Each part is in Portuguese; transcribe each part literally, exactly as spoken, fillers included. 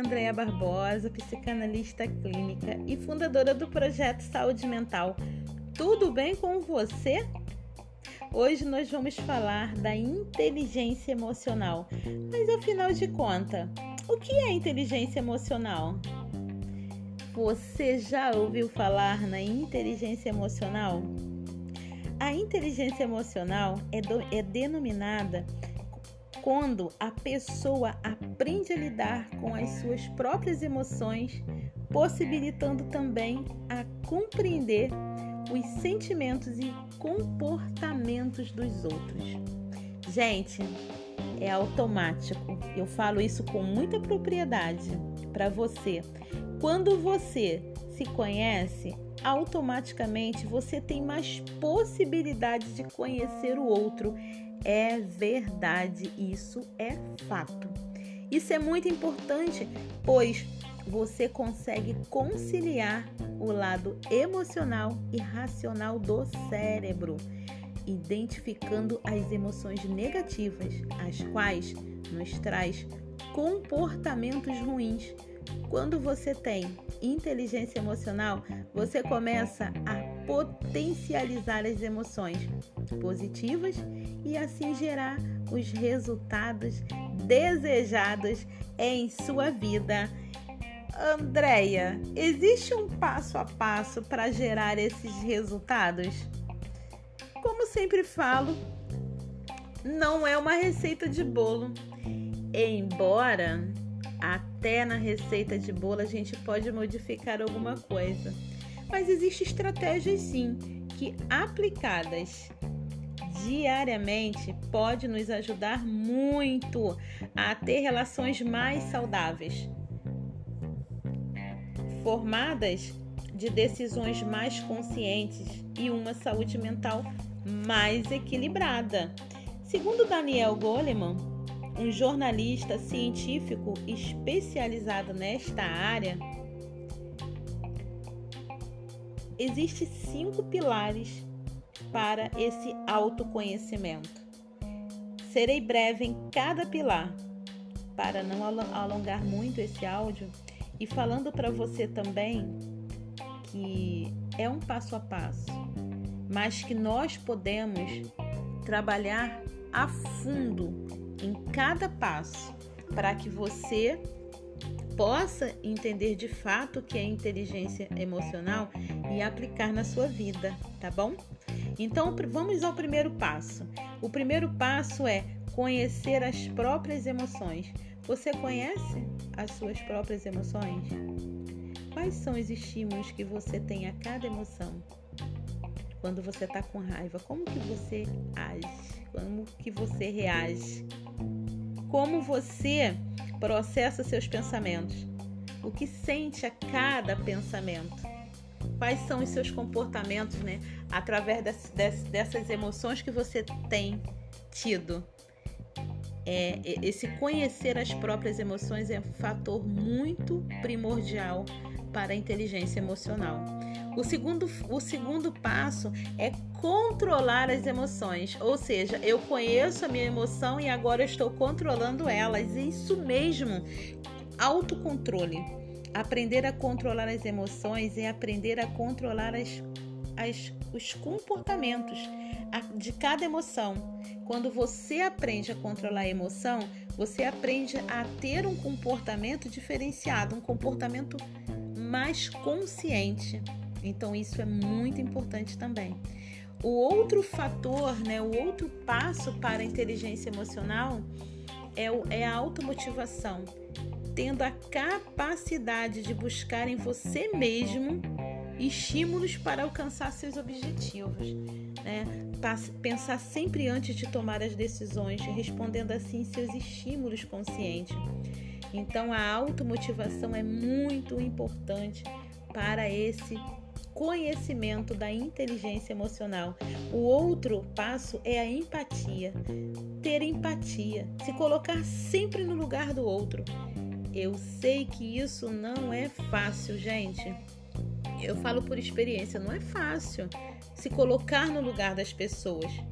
Andréia Barbosa, psicanalista clínica e fundadora do projeto Saúde Mental. Tudo bem com você? Hoje nós vamos falar da inteligência emocional. Mas afinal de contas, o que é inteligência emocional? Você já ouviu falar na inteligência emocional? A inteligência emocional é, do, é denominada quando a pessoa aprende a lidar com as suas próprias emoções, possibilitando também a compreender os sentimentos e comportamentos dos outros. Gente, é automático. Eu falo isso com muita propriedade para você. Quando você se conhece, automaticamente você tem mais possibilidade de conhecer o outro. É verdade, isso é fato. Isso é muito importante, pois você consegue conciliar o lado emocional e racional do cérebro, identificando as emoções negativas, as quais nos traz comportamentos ruins. Quando você tem inteligência emocional, você começa a potencializar as emoções positivas e assim gerar os resultados desejados em sua vida. Andréia, existe um passo a passo para gerar esses resultados? Como sempre falo, não é uma receita de bolo. Embora até na receita de bolo a gente pode modificar alguma coisa. Mas existem estratégias sim, que aplicadas diariamente pode nos ajudar muito a ter relações mais saudáveis, formadas de decisões mais conscientes e uma saúde mental mais equilibrada. Segundo Daniel Goleman, um jornalista científico especializado nesta área, existem cinco pilares para esse autoconhecimento. Serei breve em cada pilar, para não alongar muito esse áudio, e falando para você também que é um passo a passo, mas que nós podemos trabalhar a fundo em cada passo para que você possa entender de fato o que é inteligência emocional e aplicar na sua vida, tá bom? Então, vamos ao primeiro passo. O primeiro passo é conhecer as próprias emoções. Você conhece as suas próprias emoções? Quais são os estímulos que você tem a cada emoção? Quando você está com raiva, como que você age? Como que você reage? Como você processa seus pensamentos? O que sente a cada pensamento? Quais são os seus comportamentos, né? Através dessas, dessas emoções que você tem tido. É, esse conhecer as próprias emoções é um fator muito primordial para a inteligência emocional. O segundo, o segundo passo é controlar as emoções, ou seja, eu conheço a minha emoção e agora eu estou controlando elas. Isso mesmo, autocontrole. Aprender a controlar as emoções é aprender a controlar as, as, os comportamentos de cada emoção. Quando você aprende a controlar a emoção, você aprende a ter um comportamento diferenciado, um comportamento mais consciente. Então, isso é muito importante também. O outro fator, né, o outro passo para a inteligência emocional é, o, é a automotivação, tendo a capacidade de buscar em você mesmo estímulos para alcançar seus objetivos, né? Pensar sempre antes de tomar as decisões, respondendo assim seus estímulos conscientes. Então, a automotivação é muito importante para esse conhecimento da inteligência emocional. O outro passo é a empatia. Ter empatia, se colocar sempre no lugar do outro. Eu sei que isso não é fácil, gente. Eu falo por experiência, não é fácil se colocar no lugar das pessoas.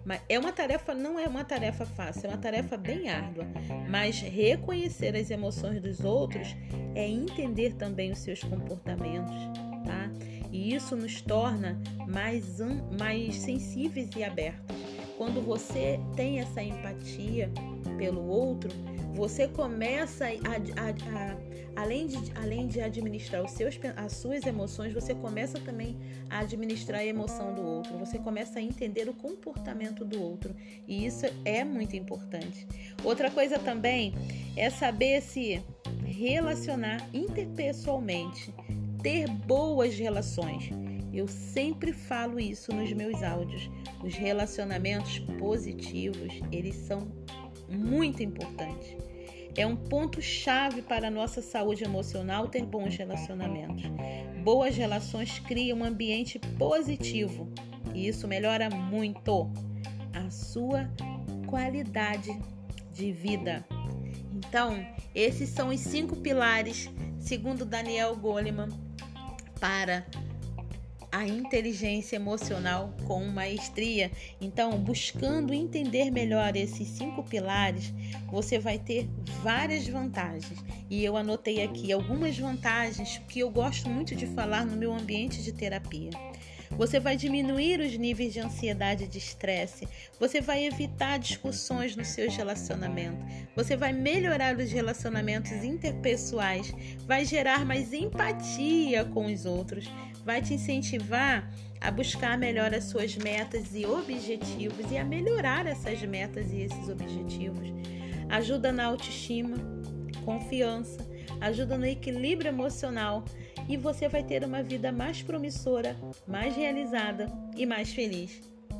Mas é uma tarefa, não é uma tarefa fácil, é uma tarefa bem árdua. Mas reconhecer as emoções dos outros é entender também os seus comportamentos, tá? E isso nos torna mais, mais sensíveis e abertos. Quando você tem essa empatia pelo outro, você começa a, a, a além, de, além de administrar os seus, as suas emoções, você começa também a administrar a emoção do outro. Você começa a entender o comportamento do outro. E isso é muito importante. Outra coisa também é saber se relacionar interpessoalmente, ter boas relações. Eu sempre falo isso nos meus áudios. Os relacionamentos positivos, eles são muito importantes. É um ponto-chave para a nossa saúde emocional ter bons relacionamentos. Boas relações criam um ambiente positivo e isso melhora muito a sua qualidade de vida. Então, esses são os cinco pilares, segundo Daniel Goleman, para a inteligência emocional com maestria. Então, buscando entender melhor esses cinco pilares, você vai ter várias vantagens. E eu anotei aqui algumas vantagens que eu gosto muito de falar no meu ambiente de terapia. Você vai diminuir os níveis de ansiedade e de estresse. Você vai evitar discussões nos seus relacionamentos. Você vai melhorar os relacionamentos interpessoais. Vai gerar mais empatia com os outros. Vai te incentivar a buscar melhor as suas metas e objetivos e a melhorar essas metas e esses objetivos. Ajuda na autoestima, confiança, ajuda no equilíbrio emocional e você vai ter uma vida mais promissora, mais realizada e mais feliz.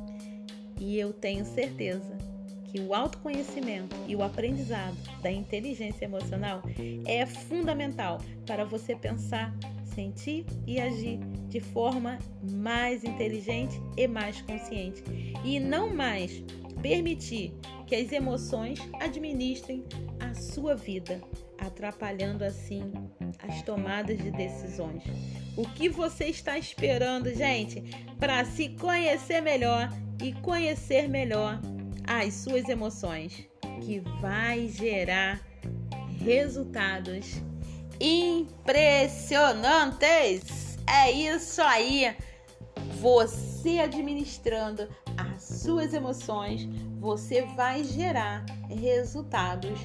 E eu tenho certeza que o autoconhecimento e o aprendizado da inteligência emocional é fundamental para você pensar, sentir e agir de forma mais inteligente e mais consciente. E não mais permitir que as emoções administrem a sua vida, atrapalhando assim as tomadas de decisões. O que você está esperando, gente, para se conhecer melhor e conhecer melhor as suas emoções, que vai gerar resultados impressionantes? É isso aí! Você administrando as suas emoções, você vai gerar resultados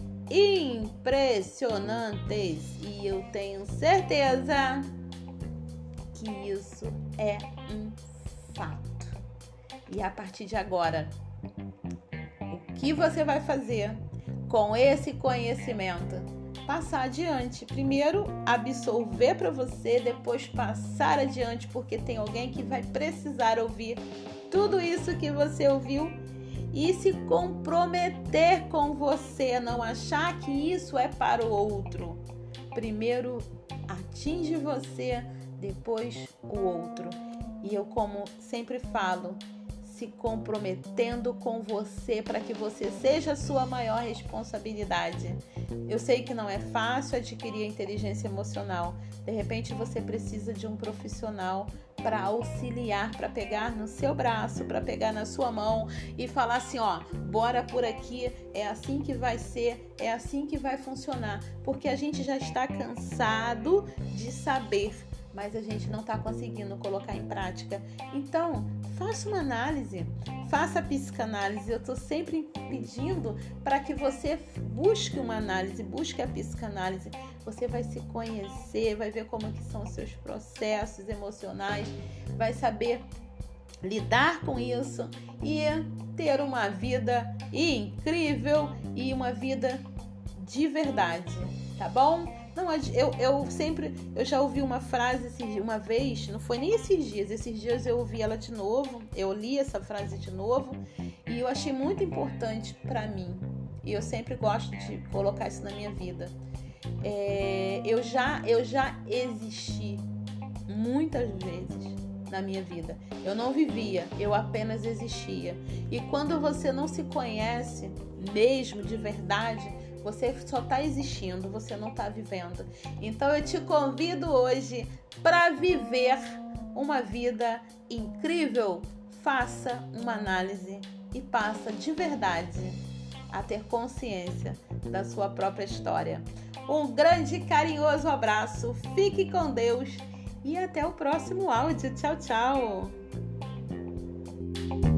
impressionantes. E eu tenho certeza que isso é um fato. E a partir de agora, o que você vai fazer com esse conhecimento? Passar adiante. Primeiro, absorver para você, depois passar adiante, porque tem alguém que vai precisar ouvir tudo isso que você ouviu e se comprometer com você, não achar que isso é para o outro. Primeiro, atinge você, depois o outro. E eu, como sempre falo, se comprometendo com você para que você seja a sua maior responsabilidade. Eu sei que não é fácil adquirir a inteligência emocional. De repente você precisa de um profissional para auxiliar, para pegar no seu braço, para pegar na sua mão e falar assim, ó, bora por aqui, é assim que vai ser, é assim que vai funcionar. Porque a gente já está cansado de saber, mas a gente não está conseguindo colocar em prática. Então, faça uma análise, faça a psicanálise. Eu estou sempre pedindo para que você busque uma análise, busque a psicanálise. Você vai se conhecer, vai ver como que são os seus processos emocionais, vai saber lidar com isso e ter uma vida incrível e uma vida de verdade, tá bom? Não, eu, eu sempre, eu já ouvi uma frase uma vez, não foi nem esses dias, esses dias eu ouvi ela de novo, eu li essa frase de novo e eu achei muito importante para mim. E eu sempre gosto de colocar isso na minha vida. É, eu, já, eu já existi muitas vezes na minha vida. Eu não vivia, eu apenas existia. E quando você não se conhece mesmo de verdade, você só está existindo, você não está vivendo. Então eu te convido hoje para viver uma vida incrível, faça uma análise e passa de verdade a ter consciência da sua própria história. Um grande e carinhoso abraço, fique com Deus e até o próximo áudio. Tchau, tchau!